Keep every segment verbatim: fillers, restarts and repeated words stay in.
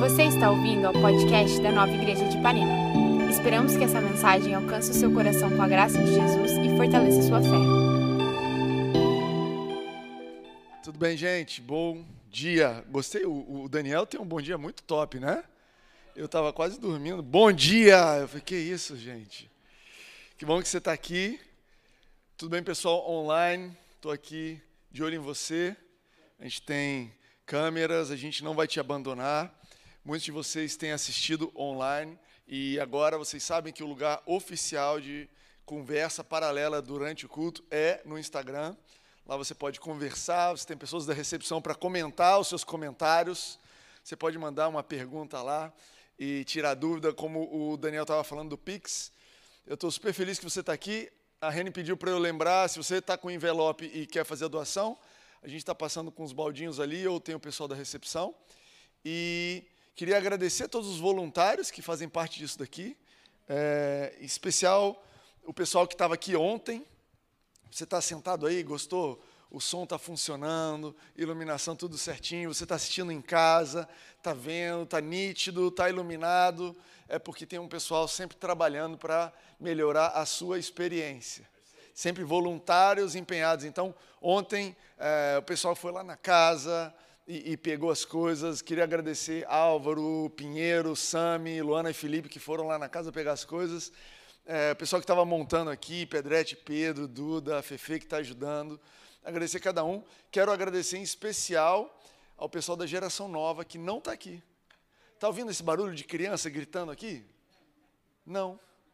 Você está ouvindo ao podcast da Nova Igreja de Ipanema. Esperamos que essa mensagem alcance o seu coração com a graça de Jesus e fortaleça a sua fé. Tudo bem, gente? Bom dia. Gostei, o, o Daniel tem um bom dia muito top, né? Eu estava quase dormindo. Bom dia! Eu falei, que isso, gente? Que bom que você está aqui. Tudo bem, pessoal? Online. Estou aqui de olho em você. A gente tem câmeras, a gente não vai te abandonar. Muitos de vocês têm assistido online e agora vocês sabem que o lugar oficial de conversa paralela durante o culto é no Instagram. Lá você pode conversar, você tem pessoas da recepção para comentar os seus comentários. Você pode mandar uma pergunta lá e tirar dúvida, como o Daniel estava falando do Pix. Eu estou super feliz que você está aqui. A Reni pediu para eu lembrar, se você está com envelope e quer fazer a doação, a gente está passando com os baldinhos ali, ou tem o pessoal da recepção. E queria agradecer a todos os voluntários que fazem parte disso daqui, é, em especial o pessoal que estava aqui ontem. Você está sentado aí, gostou? O som está funcionando, iluminação tudo certinho, você está assistindo em casa, está vendo, está nítido, está iluminado. É porque tem um pessoal sempre trabalhando para melhorar a sua experiência. Sempre voluntários empenhados. Então, ontem é, o pessoal foi lá na casa e, e pegou as coisas. Queria agradecer Álvaro, Pinheiro, Sami, Luana e Felipe, que foram lá na casa pegar as coisas. É, o pessoal que estava montando aqui, Pedrete, Pedro, Duda, Fefe, que está ajudando. Agradecer a cada um. Quero agradecer em especial ao pessoal da geração nova que não está aqui. Está ouvindo esse barulho de criança gritando aqui? Não.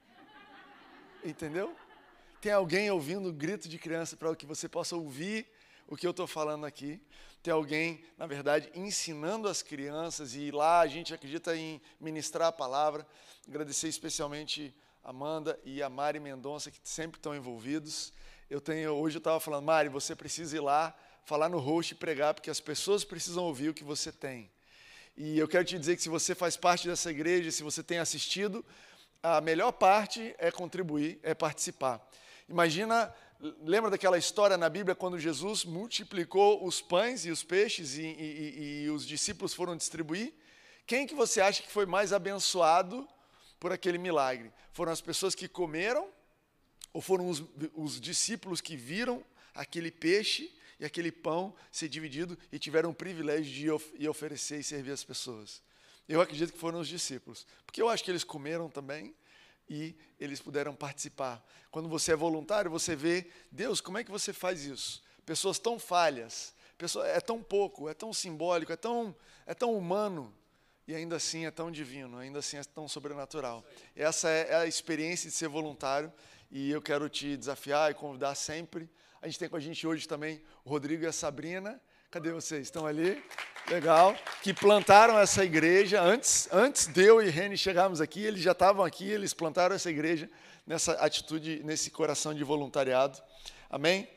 Entendeu? Tem alguém ouvindo o grito de criança para que você possa ouvir o que eu estou falando aqui. Tem alguém, na verdade, ensinando as crianças e lá a gente acredita em ministrar a palavra. Agradecer especialmente a Amanda e a Mari Mendonça, que sempre estão envolvidos. Eu tenho, hoje eu estava falando, Mari, você precisa ir lá, falar no host e pregar, porque as pessoas precisam ouvir o que você tem. E eu quero te dizer que se você faz parte dessa igreja, se você tem assistido, a melhor parte é contribuir, é participar. Imagina, lembra daquela história na Bíblia quando Jesus multiplicou os pães e os peixes e, e, e, e os discípulos foram distribuir? Quem que você acha que foi mais abençoado por aquele milagre? Foram as pessoas que comeram ou foram os, os discípulos que viram aquele peixe e aquele pão ser dividido e tiveram o privilégio de ir, of- ir oferecer e servir as pessoas? Eu acredito que foram os discípulos, porque eu acho que eles comeram também e eles puderam participar. Quando você é voluntário, você vê, Deus, como é que você faz isso? Pessoas tão falhas, pessoa, é tão pouco, é tão simbólico, é tão, é tão humano, e ainda assim é tão divino, ainda assim é tão sobrenatural. Essa é a experiência de ser voluntário, e eu quero te desafiar e convidar sempre. A gente tem com a gente hoje também o Rodrigo e a Sabrina. Cadê vocês? Estão ali? Legal. Que plantaram essa igreja. Antes, antes de eu e Reni chegarmos aqui, eles já estavam aqui, eles plantaram essa igreja nessa atitude, nesse coração de voluntariado. Amém?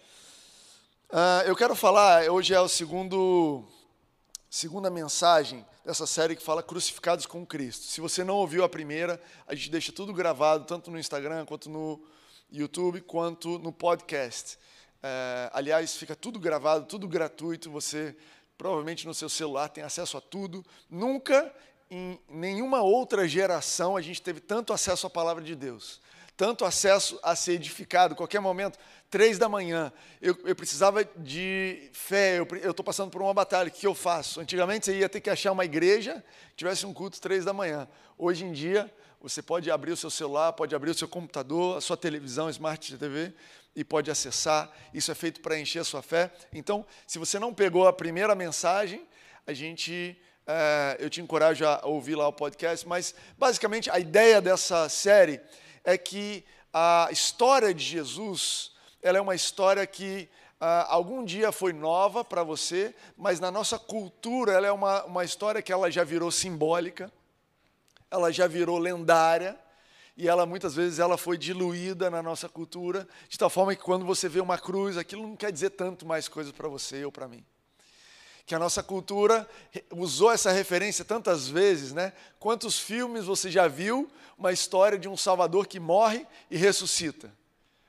Uh, eu quero falar, hoje é o segundo, segunda mensagem dessa série que fala Crucificados com Cristo. Se você não ouviu a primeira, a gente deixa tudo gravado, tanto no Instagram, quanto no YouTube, quanto no podcast. É, aliás, fica tudo gravado, tudo gratuito, você provavelmente no seu celular tem acesso a tudo. Nunca, em nenhuma outra geração, a gente teve tanto acesso à palavra de Deus, tanto acesso a ser edificado. Qualquer momento, três da manhã, eu, eu precisava de fé, eu estou passando por uma batalha, o que eu faço? Antigamente você ia ter que achar uma igreja que tivesse um culto três da manhã. Hoje em dia, você pode abrir o seu celular, pode abrir o seu computador, a sua televisão, Smart T V, e pode acessar. Isso é feito para encher a sua fé. Então, se você não pegou a primeira mensagem, a gente, é, eu te encorajo a ouvir lá o podcast, mas, basicamente, a ideia dessa série é que a história de Jesus, ela é uma história que ah, algum dia foi nova para você, mas na nossa cultura ela é uma, uma história que ela já virou simbólica, ela já virou lendária, e ela muitas vezes ela foi diluída na nossa cultura, de tal forma que quando você vê uma cruz, aquilo não quer dizer tanto mais coisas para você ou para mim. Que a nossa cultura usou essa referência tantas vezes, né? Quantos filmes você já viu uma história de um Salvador que morre e ressuscita?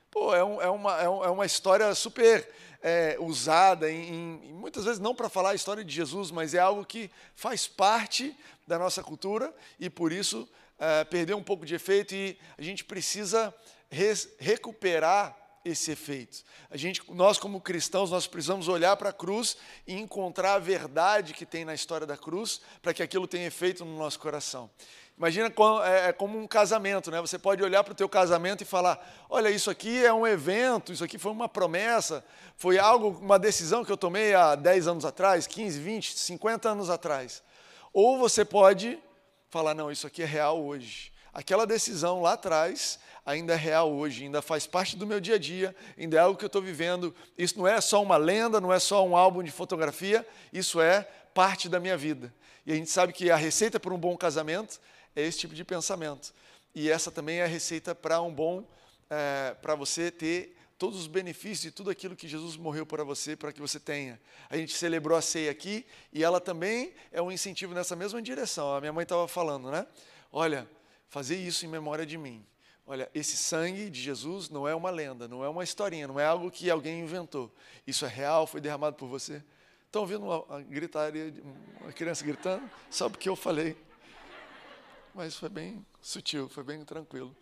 Pô, é, um, é, uma, é, um, é uma história super é, usada, em, em, muitas vezes não para falar a história de Jesus, mas é algo que faz parte da nossa cultura e, por isso, é, perdeu um pouco de efeito e a gente precisa res, recuperar esse efeito. A gente, nós, como cristãos, nós precisamos olhar para a cruz e encontrar a verdade que tem na história da cruz para que aquilo tenha efeito no nosso coração. Imagina, é como um casamento, né? Você pode olhar para o teu casamento e falar, olha, isso aqui é um evento, isso aqui foi uma promessa, foi algo, uma decisão que eu tomei há dez anos atrás, quinze, vinte, cinquenta anos atrás. Ou você pode falar, não, isso aqui é real hoje. Aquela decisão lá atrás ainda é real hoje, ainda faz parte do meu dia a dia, ainda é algo que eu estou vivendo. Isso não é só uma lenda, não é só um álbum de fotografia, isso é parte da minha vida. E a gente sabe que a receita para um bom casamento é esse tipo de pensamento. E essa também é a receita para um bom, é, para você ter todos os benefícios de tudo aquilo que Jesus morreu para você, para que você tenha. A gente celebrou a ceia aqui e ela também é um incentivo nessa mesma direção. A minha mãe estava falando, né? Olha, fazer isso em memória de mim. Olha, esse sangue de Jesus não é uma lenda, não é uma historinha, não é algo que alguém inventou. Isso é real, foi derramado por você. Estão ouvindo uma, uma gritaria, uma criança gritando? Só porque eu falei. Mas foi bem sutil, foi bem tranquilo.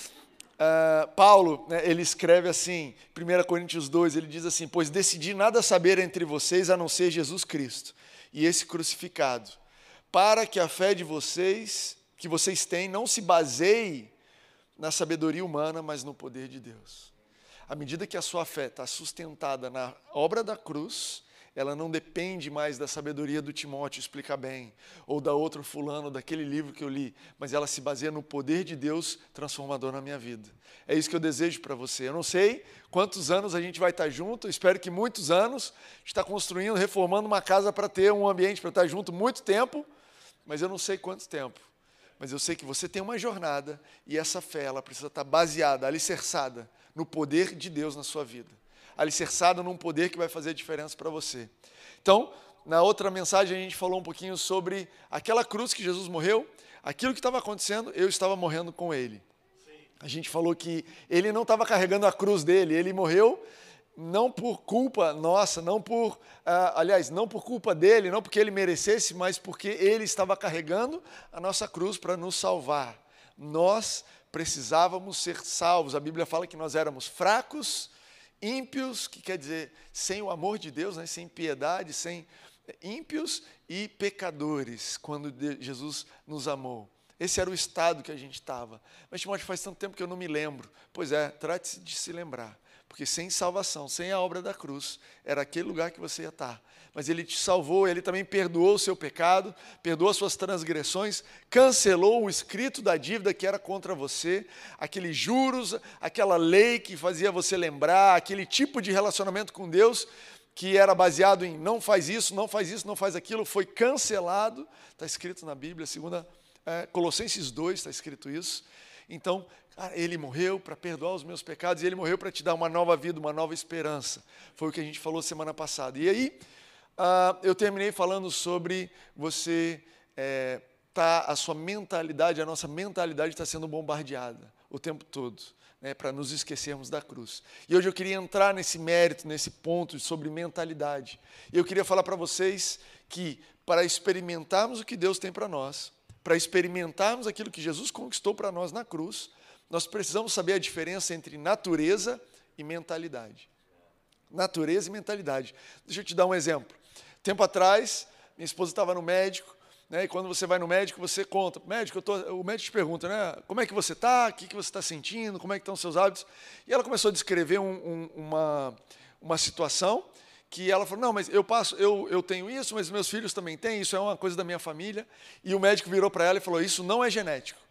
Uh, Paulo, né, ele escreve assim, primeira Coríntios dois, ele diz assim, pois decidi nada saber entre vocês a não ser Jesus Cristo e esse crucificado, para que a fé de vocês, que vocês têm, não se baseie na sabedoria humana, mas no poder de Deus. À medida que a sua fé está sustentada na obra da cruz, ela não depende mais da sabedoria do Timóteo explicar bem, ou da outro fulano, daquele livro que eu li, mas ela se baseia no poder de Deus transformador na minha vida. É isso que eu desejo para você. Eu não sei quantos anos a gente vai estar junto, eu espero que muitos anos. A gente está construindo, reformando uma casa para ter um ambiente para estar junto muito tempo, mas eu não sei quanto tempo. Mas eu sei que você tem uma jornada e essa fé ela precisa estar baseada, alicerçada no poder de Deus na sua vida. Alicerçado num poder que vai fazer a diferença para você. Então, na outra mensagem a gente falou um pouquinho sobre aquela cruz que Jesus morreu, aquilo que estava acontecendo, eu estava morrendo com ele. Sim. A gente falou que ele não estava carregando a cruz dele, ele morreu não por culpa nossa, não por, uh, aliás, não por culpa dele, não porque ele merecesse, mas porque ele estava carregando a nossa cruz para nos salvar. Nós precisávamos ser salvos. A Bíblia fala que nós éramos fracos, ímpios, que quer dizer sem o amor de Deus, né, sem piedade, sem ímpios e pecadores, quando Jesus nos amou. Esse era o estado que a gente estava. Mas, Timóteo, faz tanto tempo que eu não me lembro. Pois é, trate-se de se lembrar. Porque sem salvação, sem a obra da cruz, era aquele lugar que você ia estar. Mas ele te salvou, ele também perdoou o seu pecado, perdoou as suas transgressões, cancelou o escrito da dívida que era contra você, aqueles juros, aquela lei que fazia você lembrar, aquele tipo de relacionamento com Deus que era baseado em não faz isso, não faz isso, não faz aquilo, foi cancelado. Está escrito na Bíblia, segunda, é, Colossenses dois, está escrito isso. Então, cara, ele morreu para perdoar os meus pecados e ele morreu para te dar uma nova vida, uma nova esperança. Foi o que a gente falou semana passada. E aí, uh, eu terminei falando sobre você, é, tá, a sua mentalidade, a nossa mentalidade está sendo bombardeada o tempo todo, né, para nos esquecermos da cruz. E hoje eu queria entrar nesse mérito, nesse ponto sobre mentalidade. E eu queria falar para vocês que para experimentarmos o que Deus tem para nós, para experimentarmos aquilo que Jesus conquistou para nós na cruz, nós precisamos saber a diferença entre natureza e mentalidade. Natureza e mentalidade. Deixa eu te dar um exemplo. Tempo atrás, minha esposa estava no médico, né, e quando você vai no médico, você conta. Médico, eu tô, o médico te pergunta, né, como é que você está, o que, que você está sentindo, como é que estão os seus hábitos. E ela começou a descrever um, um, uma, uma situação que ela falou, não, mas eu passo, eu, eu tenho isso, mas meus filhos também têm, isso é uma coisa da minha família. E o médico virou para ela e falou, isso não é genético.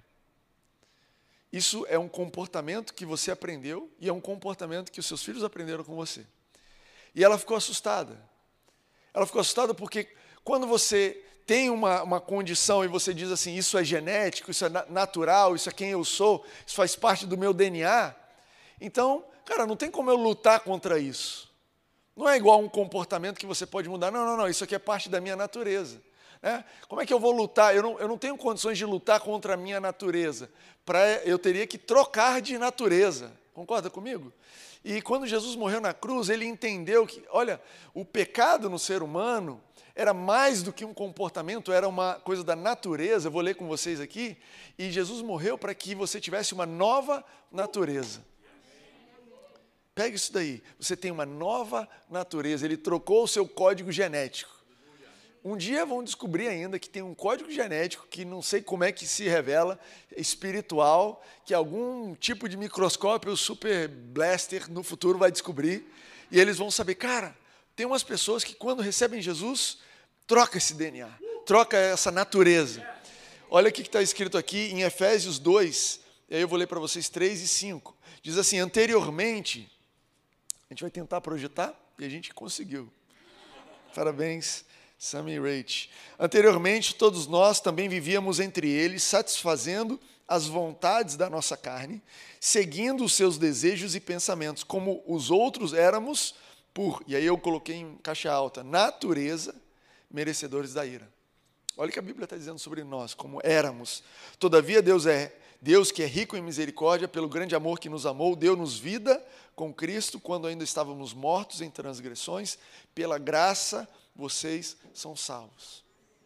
Isso é um comportamento que você aprendeu e é um comportamento que os seus filhos aprenderam com você. E ela ficou assustada. Ela ficou assustada porque quando você tem uma, uma condição e você diz assim, isso é genético, isso é natural, isso é quem eu sou, isso faz parte do meu D N A, então, cara, não tem como eu lutar contra isso. Não é igual um comportamento que você pode mudar. Não, não, não, isso aqui é parte da minha natureza. Né? Como é que eu vou lutar? Eu não, eu não tenho condições de lutar contra a minha natureza. Pra, eu teria que trocar de natureza. Concorda comigo? E quando Jesus morreu na cruz, ele entendeu que, olha, o pecado no ser humano era mais do que um comportamento, era uma coisa da natureza. Eu vou ler com vocês aqui. E Jesus morreu para que você tivesse uma nova natureza. Pega isso daí. Você tem uma nova natureza. Ele trocou o seu código genético. Um dia vão descobrir ainda que tem um código genético que não sei como é que se revela, espiritual, que algum tipo de microscópio super blaster no futuro vai descobrir. E eles vão saber, cara, tem umas pessoas que quando recebem Jesus, troca esse D N A, troca essa natureza. Olha o que está escrito aqui em Efésios dois, e aí eu vou ler para vocês três e cinco. Diz assim, anteriormente, a gente vai tentar projetar, e a gente conseguiu. Parabéns, Sammy Rach. Anteriormente, todos nós também vivíamos entre eles, satisfazendo as vontades da nossa carne, seguindo os seus desejos e pensamentos, como os outros éramos, por, e aí eu coloquei em caixa alta, natureza, merecedores da ira. Olha o que a Bíblia está dizendo sobre nós, como éramos. Todavia, Deus é Deus que é rico em misericórdia, pelo grande amor que nos amou, deu-nos vida com Cristo, quando ainda estávamos mortos em transgressões, pela graça vocês são salvos.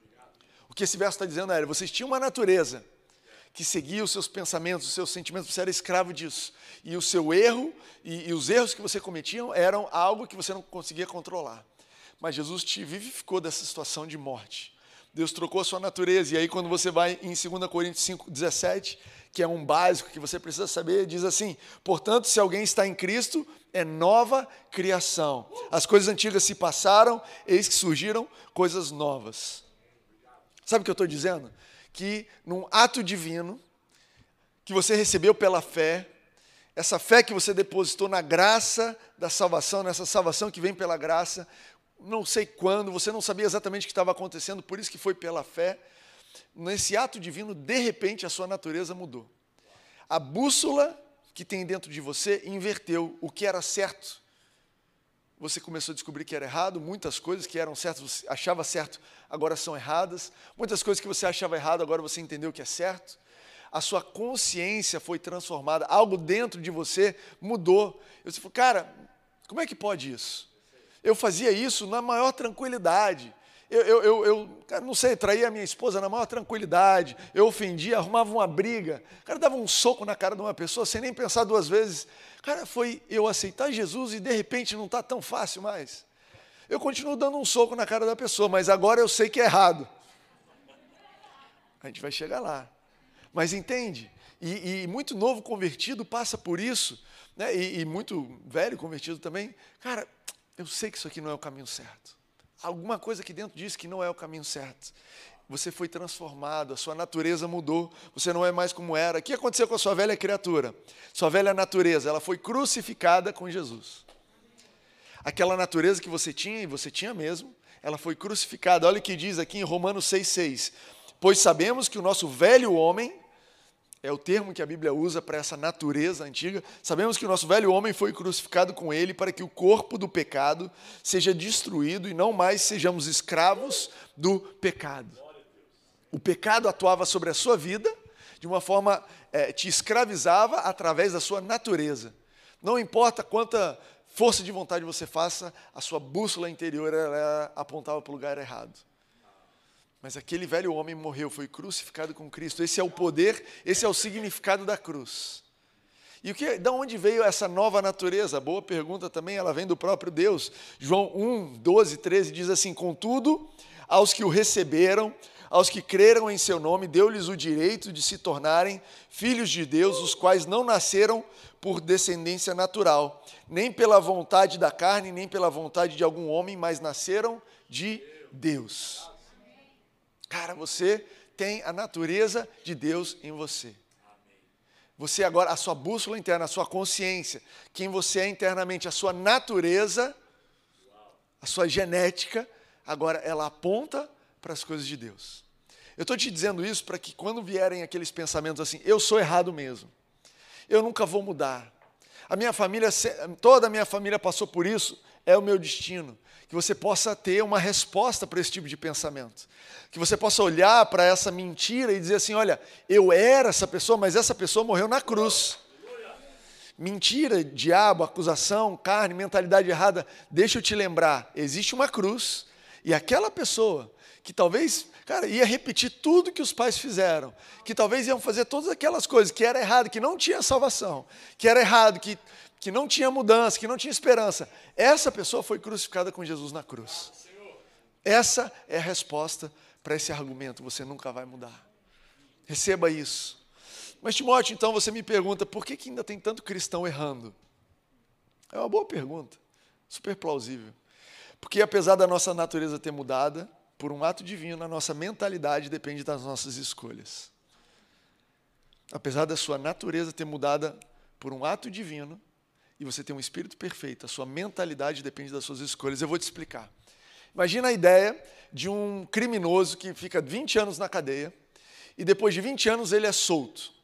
O que esse verso está dizendo é, vocês tinham uma natureza que seguia os seus pensamentos, os seus sentimentos, você era escravo disso. E o seu erro, e, e os erros que você cometia eram algo que você não conseguia controlar. Mas Jesus te vivificou dessa situação de morte. Deus trocou a sua natureza. E aí quando você vai em dois Coríntios cinco, dezessete, que é um básico que você precisa saber, diz assim, portanto, se alguém está em Cristo, é nova criação. As coisas antigas se passaram, eis que surgiram coisas novas. Sabe o que eu estou dizendo? Que num ato divino, que você recebeu pela fé, essa fé que você depositou na graça da salvação, nessa salvação que vem pela graça, não sei quando, você não sabia exatamente o que estava acontecendo, por isso que foi pela fé. Nesse ato divino, de repente, a sua natureza mudou. A bússola que tem dentro de você inverteu. O que era certo, você começou a descobrir que era errado. Muitas coisas que eram certas, você achava certo, agora são erradas. Muitas coisas que você achava errado, agora você entendeu que é certo. A sua consciência foi transformada. Algo dentro de você mudou. Eu falei, cara, como é que pode isso? Eu fazia isso na maior tranquilidade. Eu, eu, eu, eu cara, não sei, traía a minha esposa na maior tranquilidade. Eu ofendia, arrumava uma briga. Cara, dava um soco na cara de uma pessoa sem nem pensar duas vezes. Cara, foi eu aceitar Jesus e de repente não está tão fácil mais. Eu continuo dando um soco na cara da pessoa, mas agora eu sei que é errado. A gente vai chegar lá. Mas entende? E, e muito novo convertido passa por isso, né? e, e muito velho convertido também. Cara, eu sei que isso aqui não é o caminho certo. Alguma coisa aqui dentro diz que não é o caminho certo. Você foi transformado, a sua natureza mudou, você não é mais como era. O que aconteceu com a sua velha criatura? Sua velha natureza, ela foi crucificada com Jesus. Aquela natureza que você tinha, e você tinha mesmo, ela foi crucificada. Olha o que diz aqui em Romanos seis, seis. Pois sabemos que o nosso velho homem, é o termo que a Bíblia usa para essa natureza antiga. Sabemos que o nosso velho homem foi crucificado com ele para que o corpo do pecado seja destruído e não mais sejamos escravos do pecado. O pecado atuava sobre a sua vida de uma forma, é, te escravizava através da sua natureza. Não importa quanta força de vontade você faça, a sua bússola interior ela apontava para o lugar errado. Mas aquele velho homem morreu, foi crucificado com Cristo. Esse é o poder, esse é o significado da cruz. E o que, de onde veio essa nova natureza? Boa pergunta também, ela vem do próprio Deus. João um, doze, treze diz assim, contudo, aos que o receberam, aos que creram em seu nome, deu-lhes o direito de se tornarem filhos de Deus, os quais não nasceram por descendência natural, nem pela vontade da carne, nem pela vontade de algum homem, mas nasceram de Deus. Cara, você tem a natureza de Deus em você. Você agora, a sua bússola interna, a sua consciência, quem você é internamente, a sua natureza, a sua genética, agora ela aponta para as coisas de Deus. Eu estou te dizendo isso para que quando vierem aqueles pensamentos assim, eu sou errado mesmo, eu nunca vou mudar, a minha família, toda a minha família passou por isso, é o meu destino. Que você possa ter uma resposta para esse tipo de pensamento. Que você possa olhar para essa mentira e dizer assim, olha, eu era essa pessoa, mas essa pessoa morreu na cruz. mentira, diabo, acusação, carne, mentalidade errada, deixa eu te lembrar, existe uma cruz, e aquela pessoa que talvez, cara, ia repetir tudo que os pais fizeram, que talvez iam fazer todas aquelas coisas, que era errado, que não tinha salvação, que era errado, que, que não tinha mudança, que não tinha esperança, essa pessoa foi crucificada com Jesus na cruz. Essa é a resposta para esse argumento, você nunca vai mudar. Receba isso. Mas, Timóteo, então você me pergunta, por que que ainda tem tanto cristão errando? É uma boa pergunta, super plausível. Porque apesar da nossa natureza ter mudado, por um ato divino, a nossa mentalidade depende das nossas escolhas. Apesar da sua natureza ter mudado por um ato divino, e você tem um espírito perfeito, a sua mentalidade depende das suas escolhas. Eu vou te explicar. Imagina a ideia de um criminoso que fica vinte anos na cadeia, e depois de vinte anos ele é solto.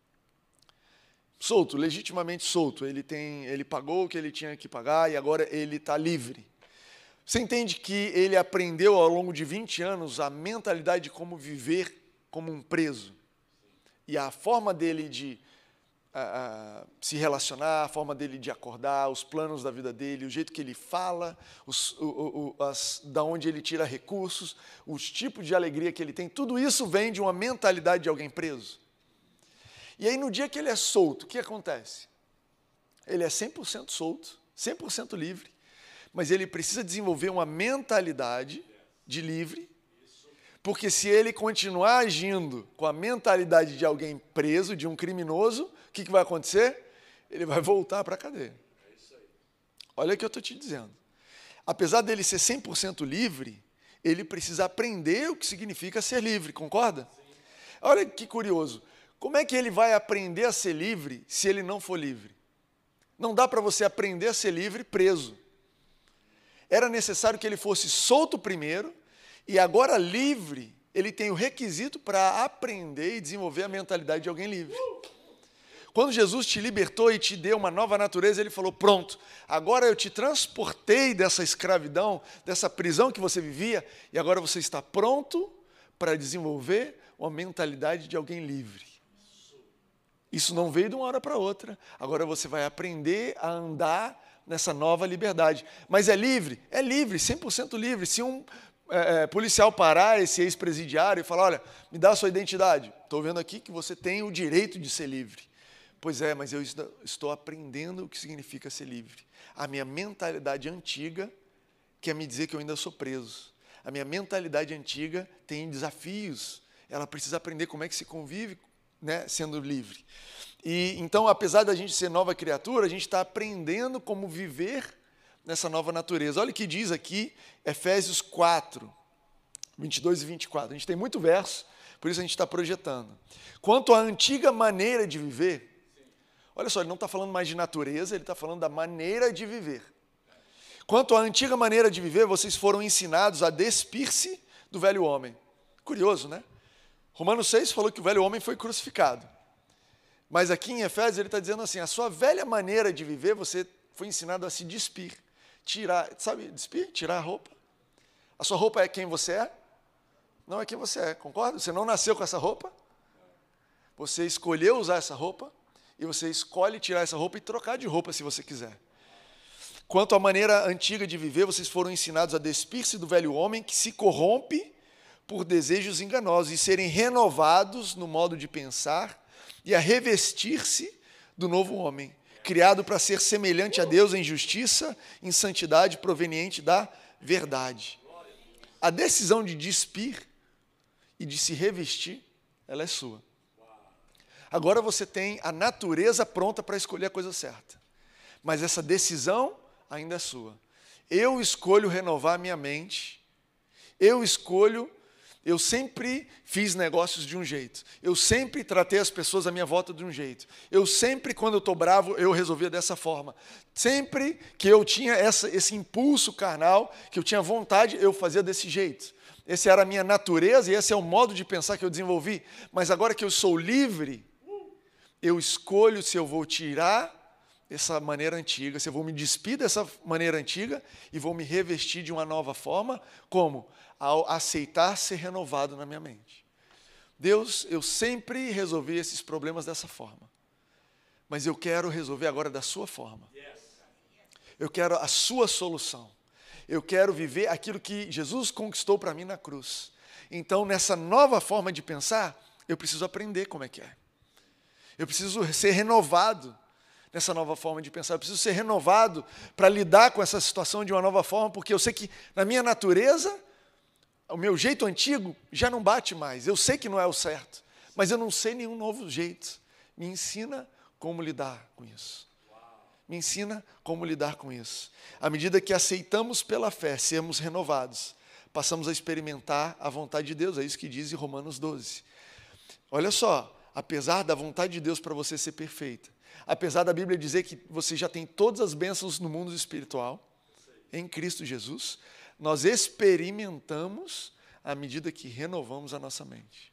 Solto, legitimamente solto. Ele, tem, ele pagou o que ele tinha que pagar e agora ele está livre. Você entende que ele aprendeu ao longo de vinte anos a mentalidade de como viver como um preso. E a forma dele de uh, uh, se relacionar, a forma dele de acordar, os planos da vida dele, o jeito que ele fala, os, o, o, as, da onde ele tira recursos, os tipos de alegria que ele tem, tudo isso vem de uma mentalidade de alguém preso. E aí, no dia que ele é solto, o que acontece? Ele é cem por cento solto, cem por cento livre, mas ele precisa desenvolver uma mentalidade de livre, porque se ele continuar agindo com a mentalidade de alguém preso, de um criminoso, o que, que vai acontecer? Ele vai voltar para a cadeia. Olha o que eu estou te dizendo. Apesar dele ser cem por cento livre, ele precisa aprender o que significa ser livre, concorda? Olha que curioso. Como é que ele vai aprender a ser livre se ele não for livre? Não dá para você aprender a ser livre preso. Era necessário que ele fosse solto primeiro e agora livre, ele tem o requisito para aprender e desenvolver a mentalidade de alguém livre. Quando Jesus te libertou e te deu uma nova natureza, ele falou, pronto, agora eu te transportei dessa escravidão, dessa prisão que você vivia, e agora você está pronto para desenvolver uma mentalidade de alguém livre. Isso não veio de uma hora para outra. Agora você vai aprender a andar nessa nova liberdade. Mas é livre? É livre, cem por cento livre. Se um é, policial parar esse ex-presidiário e falar, olha, me dá a sua identidade. Estou vendo aqui que você tem o direito de ser livre. Pois é, mas eu estou aprendendo o que significa ser livre. A minha mentalidade antiga quer me dizer que eu ainda sou preso. A minha mentalidade antiga tem desafios. Ela precisa aprender como é que se convive, né, sendo livre. E então, apesar da gente ser nova criatura, a gente está aprendendo como viver nessa nova natureza. Olha o que diz aqui, Efésios quatro, vinte e dois e vinte e quatro. A gente tem muito verso, por isso a gente está projetando. Quanto à antiga maneira de viver, olha só, ele não está falando mais de natureza, ele está falando da maneira de viver. Quanto à antiga maneira de viver, vocês foram ensinados a despir-se do velho homem. Curioso, né? Romanos seis falou que o velho homem foi crucificado. Mas aqui em Efésios ele está dizendo assim, a sua velha maneira de viver, você foi ensinado a se despir. Tirar, sabe, despir? Tirar a roupa. A sua roupa é quem você é? Não é quem você é, concorda? Você não nasceu com essa roupa. Você escolheu usar essa roupa e você escolhe tirar essa roupa e trocar de roupa se você quiser. Quanto à maneira antiga de viver, vocês foram ensinados a despir-se do velho homem que se corrompe por desejos enganosos e serem renovados no modo de pensar e a revestir-se do novo homem, criado para ser semelhante a Deus em justiça, em santidade proveniente da verdade. A decisão de despir e de se revestir, ela é sua. Agora você tem a natureza pronta para escolher a coisa certa, mas essa decisão ainda é sua. Eu escolho renovar minha mente, eu escolho. Eu sempre fiz negócios de um jeito. Eu sempre tratei as pessoas à minha volta de um jeito. Eu sempre, quando eu estou bravo, eu resolvia dessa forma. Sempre que eu tinha essa, esse impulso carnal, que eu tinha vontade, eu fazia desse jeito. Essa era a minha natureza e esse é o modo de pensar que eu desenvolvi. Mas agora que eu sou livre, eu escolho se eu vou tirar essa maneira antiga, se eu vou me despir dessa maneira antiga e vou me revestir de uma nova forma, como? Ao aceitar ser renovado na minha mente. Deus, eu sempre resolvi esses problemas dessa forma. mas eu quero resolver agora da sua forma. Eu quero a sua solução. Eu quero viver aquilo que Jesus conquistou para mim na cruz. Então, nessa nova forma de pensar, eu preciso aprender como é que é. Eu preciso ser renovado nessa nova forma de pensar. Eu preciso ser renovado para lidar com essa situação de uma nova forma, porque eu sei que na minha natureza, o meu jeito antigo já não bate mais. Eu sei que não é o certo, mas eu não sei nenhum novo jeito. Me ensina como lidar com isso. Me ensina como lidar com isso. À medida que aceitamos pela fé, sermos renovados, passamos a experimentar a vontade de Deus. É isso que diz em Romanos doze. Olha só, apesar da vontade de Deus para você ser perfeita, apesar da Bíblia dizer que você já tem todas as bênçãos no mundo espiritual, em Cristo Jesus, nós experimentamos à medida que renovamos a nossa mente.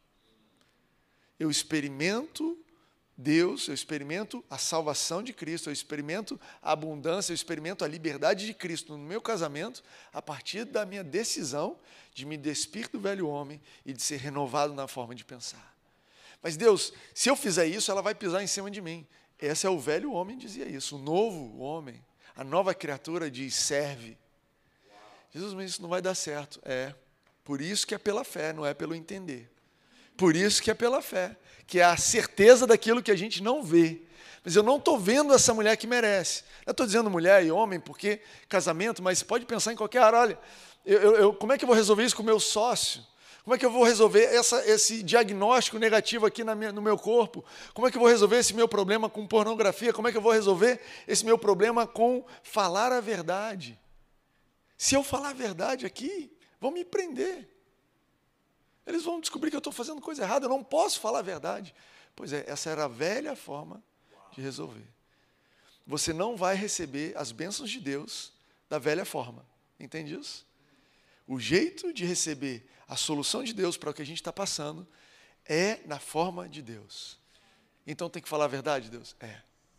Eu experimento Deus, eu experimento a salvação de Cristo, eu experimento a abundância, eu experimento a liberdade de Cristo no meu casamento, a partir da minha decisão de me despir do velho homem e de ser renovado na forma de pensar. Mas Deus, se eu fizer isso, ela vai pisar em cima de mim. Esse é o velho homem, dizia isso. O novo homem, a nova criatura diz, serve. Jesus, mas isso não vai dar certo. É, por isso que é pela fé, não é pelo entender. Por isso que é pela fé, que é a certeza daquilo que a gente não vê. Mas eu não estou vendo essa mulher que merece. Eu estou dizendo mulher e homem, porque casamento, mas pode pensar em qualquer área. Olha, eu, eu, eu, como é que eu vou resolver isso com o meu sócio? Como é que eu vou resolver essa, esse diagnóstico negativo aqui na minha, no meu corpo? Como é que eu vou resolver esse meu problema com pornografia? Como é que eu vou resolver esse meu problema com falar a verdade? Se eu falar a verdade aqui, vão me prender. Eles vão descobrir que eu estou fazendo coisa errada, eu não posso falar a verdade. Pois é, essa era a velha forma de resolver. Você não vai receber as bênçãos de Deus da velha forma. Entende isso? O jeito de receber a solução de Deus para o que a gente está passando é na forma de Deus. Então tem que falar a verdade, Deus? É.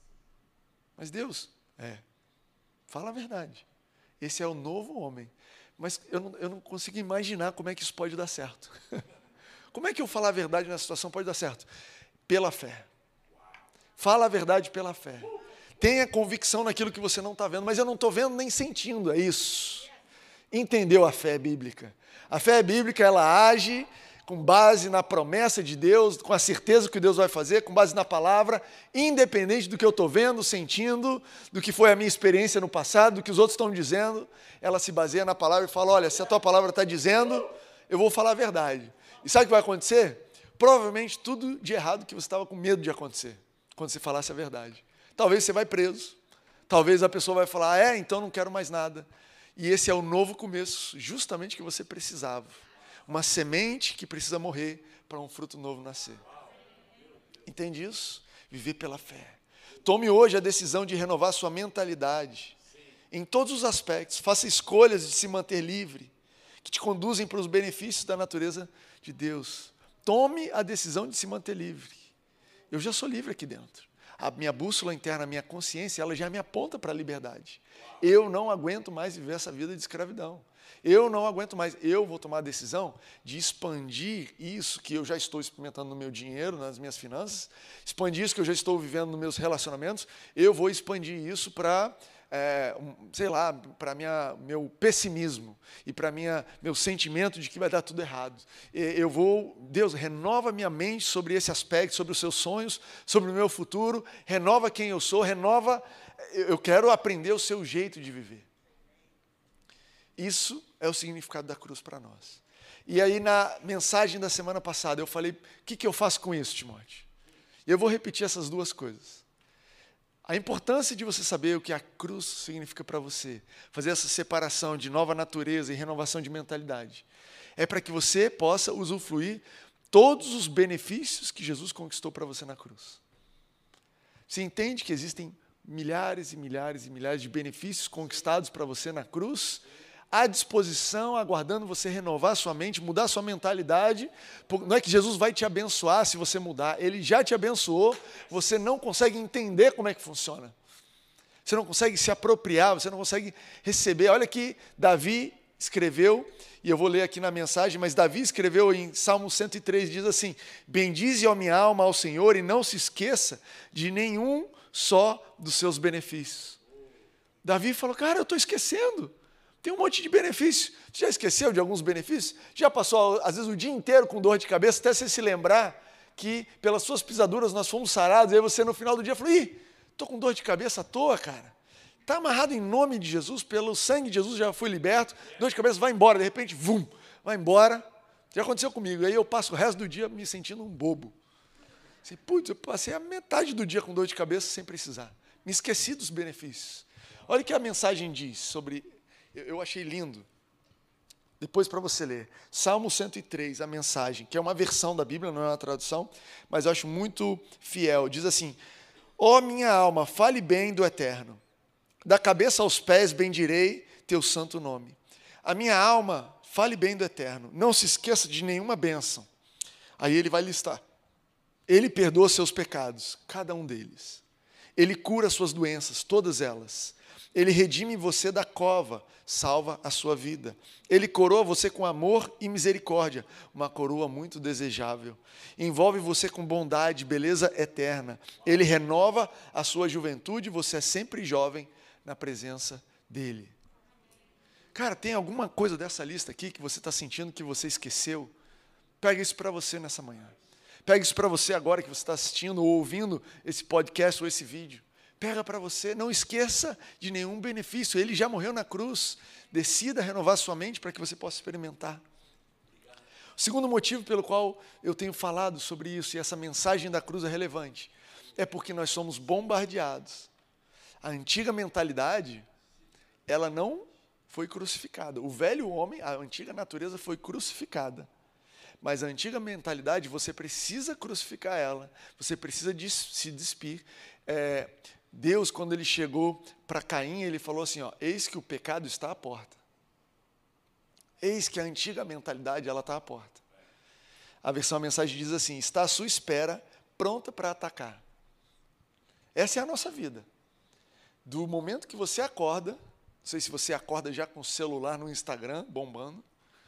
Mas Deus? É. Fala a verdade. Esse é o novo homem. Mas eu não, eu não consigo imaginar como é que isso pode dar certo. Como é que eu falar a verdade nessa situação pode dar certo? Pela fé. Fala a verdade pela fé. Tenha convicção naquilo que você não está vendo, mas eu não estou vendo nem sentindo, é isso. Entendeu a fé bíblica? A fé bíblica, ela age com base na promessa de Deus, com a certeza que Deus vai fazer, com base na palavra, independente do que eu estou vendo, sentindo, do que foi a minha experiência no passado, do que os outros estão dizendo, ela se baseia na palavra e fala, olha, se a tua palavra está dizendo, eu vou falar a verdade. E sabe o que vai acontecer? Provavelmente tudo de errado que você estava com medo de acontecer, quando você falasse a verdade. Talvez você vai preso, talvez a pessoa vai falar, ah, é, então não quero mais nada. E esse é o novo começo, justamente que você precisava. Uma semente que precisa morrer para um fruto novo nascer. Entende isso? Viver pela fé. Tome hoje a decisão de renovar sua mentalidade. Em todos os aspectos. Faça escolhas de se manter livre, que te conduzem para os benefícios da natureza de Deus. Tome a decisão de se manter livre. Eu já sou livre aqui dentro. A minha bússola interna, a minha consciência, ela já me aponta para a liberdade. Eu não aguento mais viver essa vida de escravidão. Eu não aguento mais. Eu vou tomar a decisão de expandir isso que eu já estou experimentando no meu dinheiro, nas minhas finanças, expandir isso que eu já estou vivendo nos meus relacionamentos. Eu vou expandir isso para, é, sei lá, para meu pessimismo e para meu sentimento de que vai dar tudo errado. Eu vou, Deus, renova minha mente sobre esse aspecto, sobre os seus sonhos, sobre o meu futuro, renova quem eu sou, renova, eu quero aprender o seu jeito de viver. Isso é o significado da cruz para nós. E aí, na mensagem da semana passada, eu falei, o que, que eu faço com isso, Timóteo? E eu vou repetir essas duas coisas. A importância de você saber o que a cruz significa para você, fazer essa separação de nova natureza e renovação de mentalidade, é para que você possa usufruir todos os benefícios que Jesus conquistou para você na cruz. Você entende que existem milhares e milhares e milhares de benefícios conquistados para você na cruz, à disposição, aguardando você renovar sua mente, mudar sua mentalidade. Não é que Jesus vai te abençoar se você mudar, Ele já te abençoou, você não consegue entender como é que funciona. Você não consegue se apropriar, você não consegue receber. Olha que Davi escreveu, e eu vou ler aqui na mensagem, mas Davi escreveu em Salmo cento e três, diz assim: bendize a minha alma ao Senhor e não se esqueça de nenhum só dos seus benefícios. Davi falou, cara, eu estou esquecendo, tem um monte de benefícios. Você já esqueceu de alguns benefícios? Já passou, às vezes, o dia inteiro com dor de cabeça, até você se lembrar que pelas suas pisaduras nós fomos sarados, e aí você no final do dia falou, ih, estou com dor de cabeça à toa, cara. Está amarrado em nome de Jesus, pelo sangue de Jesus já fui liberto, dor de cabeça vai embora, de repente, vum, vai embora. Já aconteceu comigo, aí eu passo o resto do dia me sentindo um bobo. Assim, putz, eu passei a metade do dia com dor de cabeça sem precisar. Me esqueci dos benefícios. Olha o que a mensagem diz sobre, eu, eu achei lindo. Depois para você ler, Salmo cento e três, a mensagem, que é uma versão da Bíblia, não é uma tradução, mas eu acho muito fiel. Diz assim, ó minha alma, fale bem do Eterno. Da cabeça aos pés bendirei teu santo nome. A minha alma, fale bem do Eterno. Não se esqueça de nenhuma bênção. Aí ele vai listar. Ele perdoa seus pecados, cada um deles. Ele cura suas doenças, todas elas. Ele redime você da cova, salva a sua vida. Ele coroa você com amor e misericórdia, uma coroa muito desejável. Envolve você com bondade, beleza eterna. Ele renova a sua juventude, você é sempre jovem na presença dele. Cara, tem alguma coisa dessa lista aqui que você está sentindo que você esqueceu? Pega isso para você nessa manhã. Pega isso para você agora que você está assistindo ou ouvindo esse podcast ou esse vídeo. Pega para você, não esqueça de nenhum benefício. Ele já morreu na cruz. Decida renovar sua mente para que você possa experimentar. O segundo motivo pelo qual eu tenho falado sobre isso e essa mensagem da cruz é relevante é porque nós somos bombardeados. A antiga mentalidade, ela não foi crucificada. O velho homem, a antiga natureza foi crucificada. Mas a antiga mentalidade, você precisa crucificar ela. Você precisa de se despir. É, Deus, quando ele chegou para Caim, ele falou assim, ó, eis que o pecado está à porta. Eis que a antiga mentalidade, ela está à porta. A versão a mensagem diz assim, está à sua espera, pronta para atacar. Essa é a nossa vida. Do momento que você acorda, não sei se você acorda já com o celular no Instagram, bombando,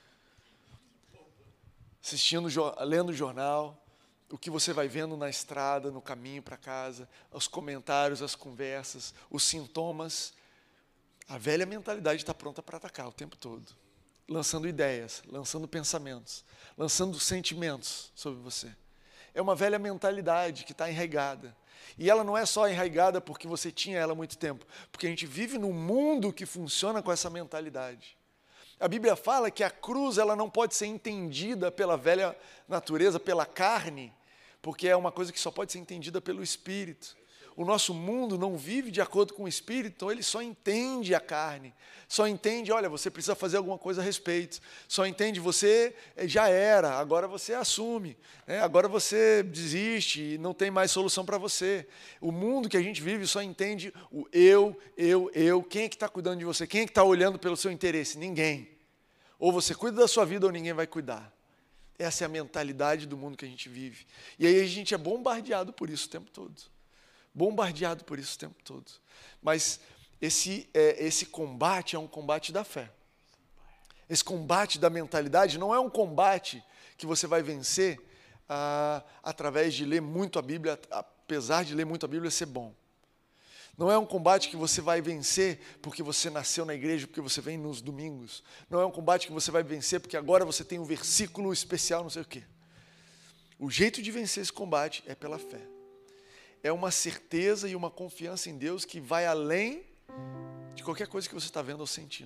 assistindo, lendo o jornal, o que você vai vendo na estrada, no caminho para casa, os comentários, as conversas, os sintomas, a velha mentalidade está pronta para atacar o tempo todo, lançando ideias, lançando pensamentos, lançando sentimentos sobre você. É uma velha mentalidade que está enraigada. E ela não é só enraigada porque você tinha ela há muito tempo, porque a gente vive num mundo que funciona com essa mentalidade. A Bíblia fala que a cruz ela não pode ser entendida pela velha natureza, pela carne, porque é uma coisa que só pode ser entendida pelo Espírito. O nosso mundo não vive de acordo com o Espírito, então ele só entende a carne, só entende, olha, você precisa fazer alguma coisa a respeito, só entende, você já era, agora você assume, né? Agora você desiste e não tem mais solução para você. O mundo que a gente vive só entende o eu, eu, eu, quem é que está cuidando de você, quem é que está olhando pelo seu interesse? Ninguém. Ou você cuida da sua vida ou ninguém vai cuidar. Essa é a mentalidade do mundo que a gente vive. E aí a gente é bombardeado por isso o tempo todo. Bombardeado por isso o tempo todo. Mas esse, é, esse combate é um combate da fé. Esse combate da mentalidade não é um combate que você vai vencer ah, através de ler muito a Bíblia, apesar de ler muito a Bíblia ser bom. Não é um combate que você vai vencer porque você nasceu na igreja, porque você vem nos domingos. Não é um combate que você vai vencer porque agora você tem um versículo especial, não sei o quê. O jeito de vencer esse combate é pela fé. É uma certeza e uma confiança em Deus que vai além de qualquer coisa que você está vendo ou sentindo.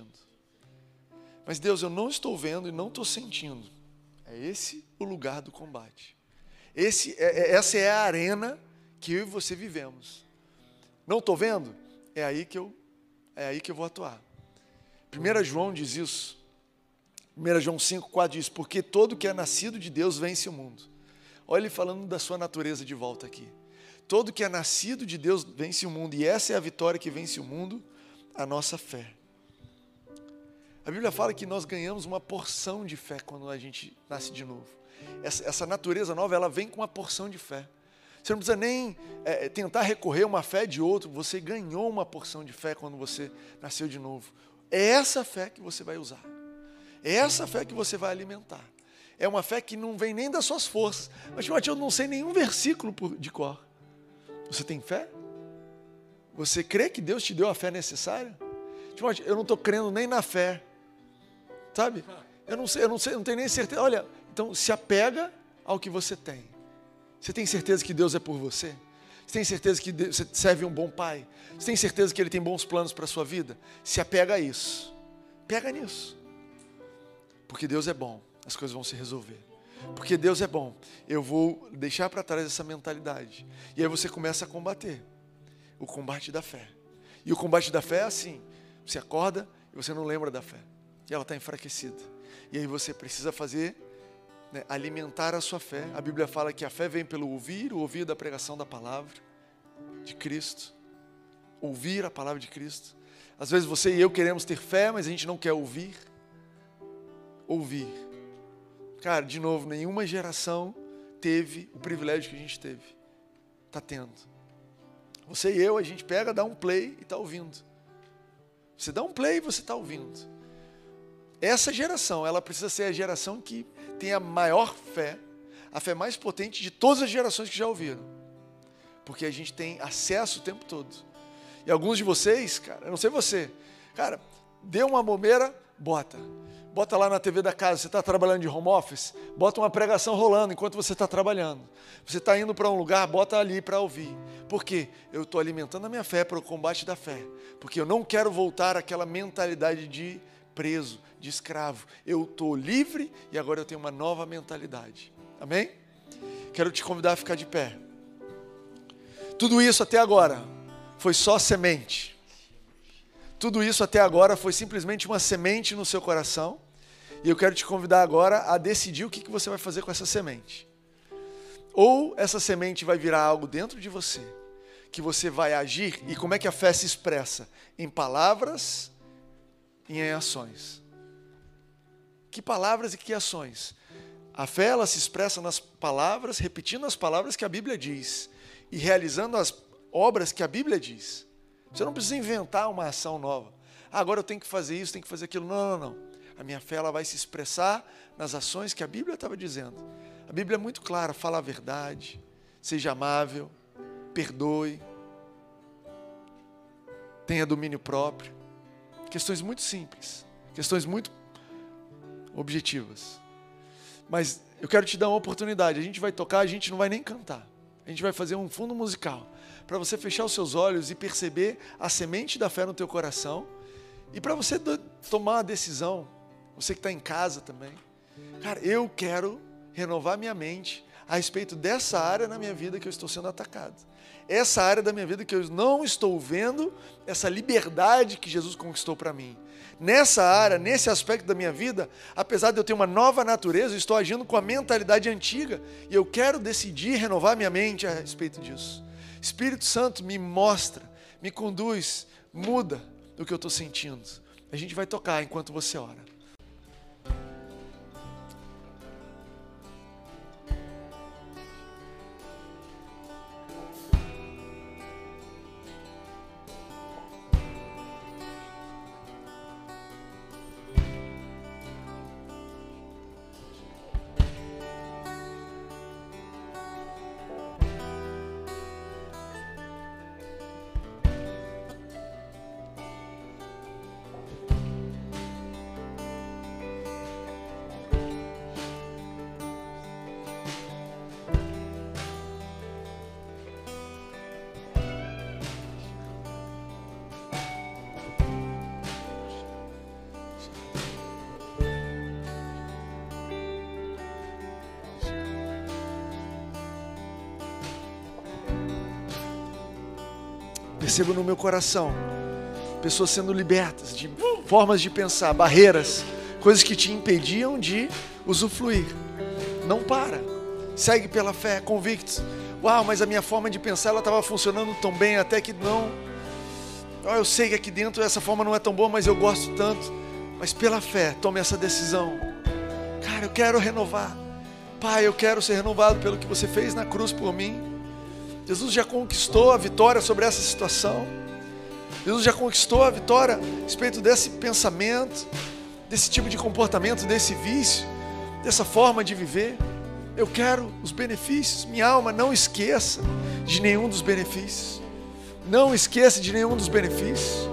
Mas Deus, eu não estou vendo e não estou sentindo. É esse o lugar do combate. Esse, é, essa é a arena que eu e você vivemos. Não estou vendo? É aí que eu, é aí que eu vou atuar. primeiro João diz isso. primeiro João cinco, quatro diz, porque todo que é nascido de Deus vence o mundo. Olha ele falando da sua natureza de volta aqui. Todo que é nascido de Deus vence o mundo, e essa é a vitória que vence o mundo, a nossa fé. A Bíblia fala que nós ganhamos uma porção de fé quando a gente nasce de novo. Essa, essa natureza nova, ela vem com uma porção de fé. Você não precisa nem é, tentar recorrer a uma fé de outro, você ganhou uma porção de fé quando você nasceu de novo. É essa fé que você vai usar. É essa fé que você vai alimentar. É uma fé que não vem nem das suas forças. Mas, Timóteo, eu não sei nenhum versículo de cor. Você tem fé? Você crê que Deus te deu a fé necessária? Timóteo, eu não estou crendo nem na fé. Sabe? Eu não sei, eu não sei, eu não tenho nem certeza. Olha, então se apega ao que você tem. Você tem certeza que Deus é por você? Você tem certeza que Deus, você serve um bom pai? Você tem certeza que Ele tem bons planos para a sua vida? Se apega a isso. Pega nisso. Porque Deus é bom, as coisas vão se resolver. Porque Deus é bom, eu vou deixar para trás essa mentalidade. E aí você começa a combater. O combate da fé. E o combate da fé é assim. Você acorda e você não lembra da fé. E ela está enfraquecida. E aí você precisa fazer, né, alimentar a sua fé. A Bíblia fala que a fé vem pelo ouvir, o ouvir da pregação da palavra de Cristo. Ouvir a palavra de Cristo. Às vezes você e eu queremos ter fé, mas a gente não quer ouvir. Ouvir. Cara, de novo, nenhuma geração teve o privilégio que a gente teve. Está tendo. Você e eu, a gente pega, dá um play e está ouvindo. Você dá um play e você está ouvindo. Essa geração, ela precisa ser a geração que tem a maior fé, a fé mais potente de todas as gerações que já ouviram. Porque a gente tem acesso o tempo todo. E alguns de vocês, cara, eu não sei você, cara, dê uma bobeira, bota. Bota lá na T V da casa, você está trabalhando de home office, bota uma pregação rolando enquanto você está trabalhando. Você está indo para um lugar, bota ali para ouvir. Por quê? Eu estou alimentando a minha fé para o combate da fé. Porque eu não quero voltar àquela mentalidade de preso, de escravo. Eu estou livre e agora eu tenho uma nova mentalidade. Amém? Quero te convidar a ficar de pé. Tudo isso até agora foi só semente. Tudo isso até agora foi simplesmente uma semente no seu coração. E eu quero te convidar agora a decidir o que que você vai fazer com essa semente. Ou essa semente vai virar algo dentro de você, que você vai agir. E como é que a fé se expressa? Em palavras e em ações. Que palavras e que ações? A fé, ela se expressa nas palavras, repetindo as palavras que a Bíblia diz e realizando as obras que a Bíblia diz. Você não precisa inventar uma ação nova. Ah, agora eu tenho que fazer isso, tenho que fazer aquilo. Não, não, não. A minha fé, ela vai se expressar nas ações que a Bíblia estava dizendo. A Bíblia é muito clara, fala a verdade, seja amável, perdoe, tenha domínio próprio. Questões muito simples, questões muito objetivas. Mas eu quero te dar uma oportunidade. A gente vai tocar, a gente não vai nem cantar. A gente vai fazer um fundo musical para você fechar os seus olhos e perceber a semente da fé no teu coração e para você do, tomar a decisão. Você que está em casa também. Cara, eu quero renovar minha mente a respeito dessa área na minha vida que eu estou sendo atacado. Essa área da minha vida que eu não estou vendo essa liberdade que Jesus conquistou para mim. Nessa área, nesse aspecto da minha vida, apesar de eu ter uma nova natureza, eu estou agindo com a mentalidade antiga e eu quero decidir renovar minha mente a respeito disso. Espírito Santo, me mostra, me conduz, muda o que eu estou sentindo. A gente vai tocar enquanto você ora. Percebo no meu coração pessoas sendo libertas de formas de pensar, barreiras, coisas que te impediam de usufruir. Não para, segue pela fé, convicto. Uau, mas a minha forma de pensar ela estava funcionando tão bem até que não. Oh, eu sei que aqui dentro essa forma não é tão boa, mas eu gosto tanto. Mas pela fé, tome essa decisão. Cara, eu quero renovar. Pai, eu quero ser renovado pelo que você fez na cruz por mim. Jesus já conquistou a vitória sobre essa situação. Jesus já conquistou a vitória a respeito desse pensamento. desse tipo de comportamento, desse vício, dessa forma de viver. Eu quero os benefícios. Minha alma, não esqueça de nenhum dos benefícios. Não esqueça de nenhum dos benefícios.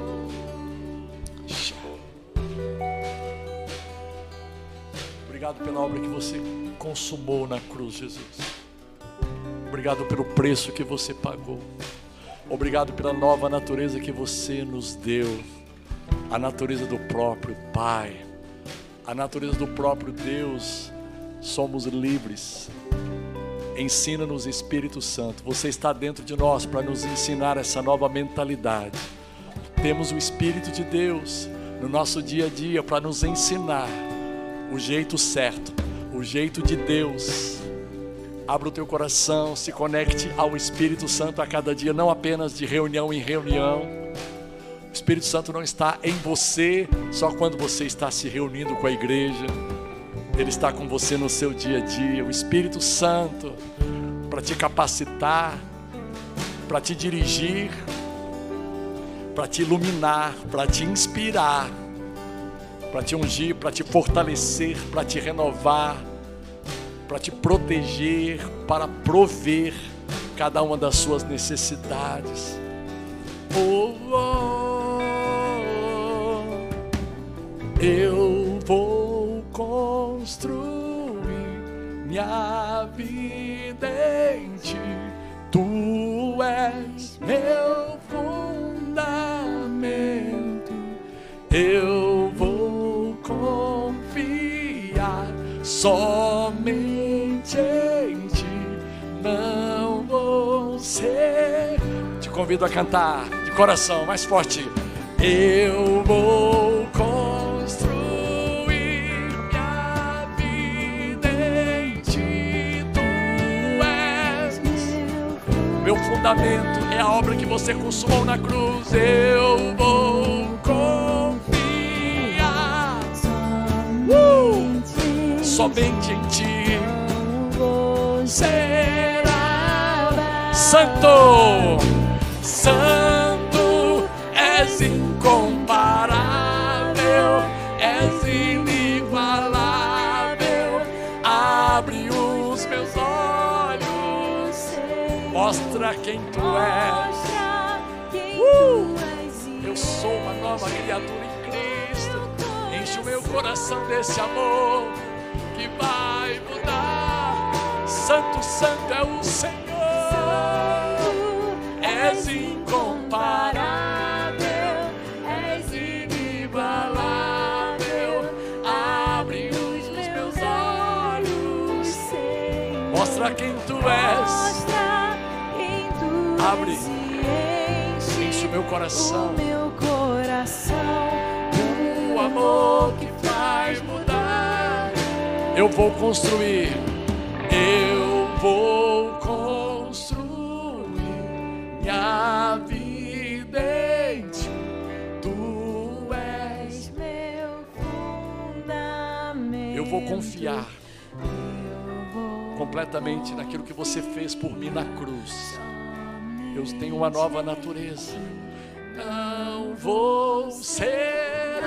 Obrigado pela obra que você consumou na cruz, Jesus. Obrigado pelo preço que você pagou. Obrigado pela nova natureza que você nos deu. A natureza do próprio Pai. A natureza do próprio Deus. Somos livres. Ensina-nos, Espírito Santo. Você está dentro de nós para nos ensinar essa nova mentalidade. Temos o Espírito de Deus no nosso dia a dia para nos ensinar o jeito certo, o jeito de Deus. Abra o teu coração, se conecte ao Espírito Santo a cada dia, não apenas de reunião em reunião. O Espírito Santo não está em você só quando você está se reunindo com a igreja. Ele está com você no seu dia a dia. O Espírito Santo para te capacitar, para te dirigir, para te iluminar, para te inspirar, para te ungir, para te fortalecer, para te renovar, para te proteger, para prover cada uma das suas necessidades. Oh, oh, oh, eu vou construir minha vida em ti. Tu és meu fundamento. Eu vou confiar somente em ti. Não vou ser. Te convido a cantar de coração, mais forte. Eu vou construir minha vida em ti. Tu és meu fundamento. É a obra que você consumou na cruz. Eu vou confiar uh, somente em ti. Será santo, santo, és incomparável, és inigualável. Abre os meus olhos, mostra quem tu és. Uh, eu sou uma nova criatura em Cristo. Enche o meu coração desse amor que vai mudar. Santo, santo é o Senhor. És incomparável, és inigualável. Abre os meus olhos, mostra quem tu és. Abre, enche o meu coração. O amor que faz mudar. Eu vou construir. Eu vou construir minha vida em ti. Tu és meu fundamento. Eu vou confiar completamente naquilo que você fez por mim na cruz. Eu tenho uma nova natureza. Não vou ser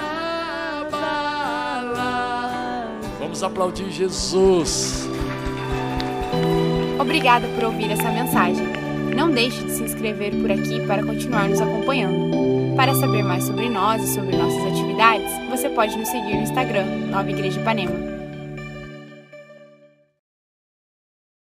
abalado. Vamos aplaudir Jesus. Obrigada por ouvir essa mensagem. Não deixe de se inscrever por aqui para continuar nos acompanhando. Para saber mais sobre nós e sobre nossas atividades, você pode nos seguir no Instagram, Nova Igreja Ipanema.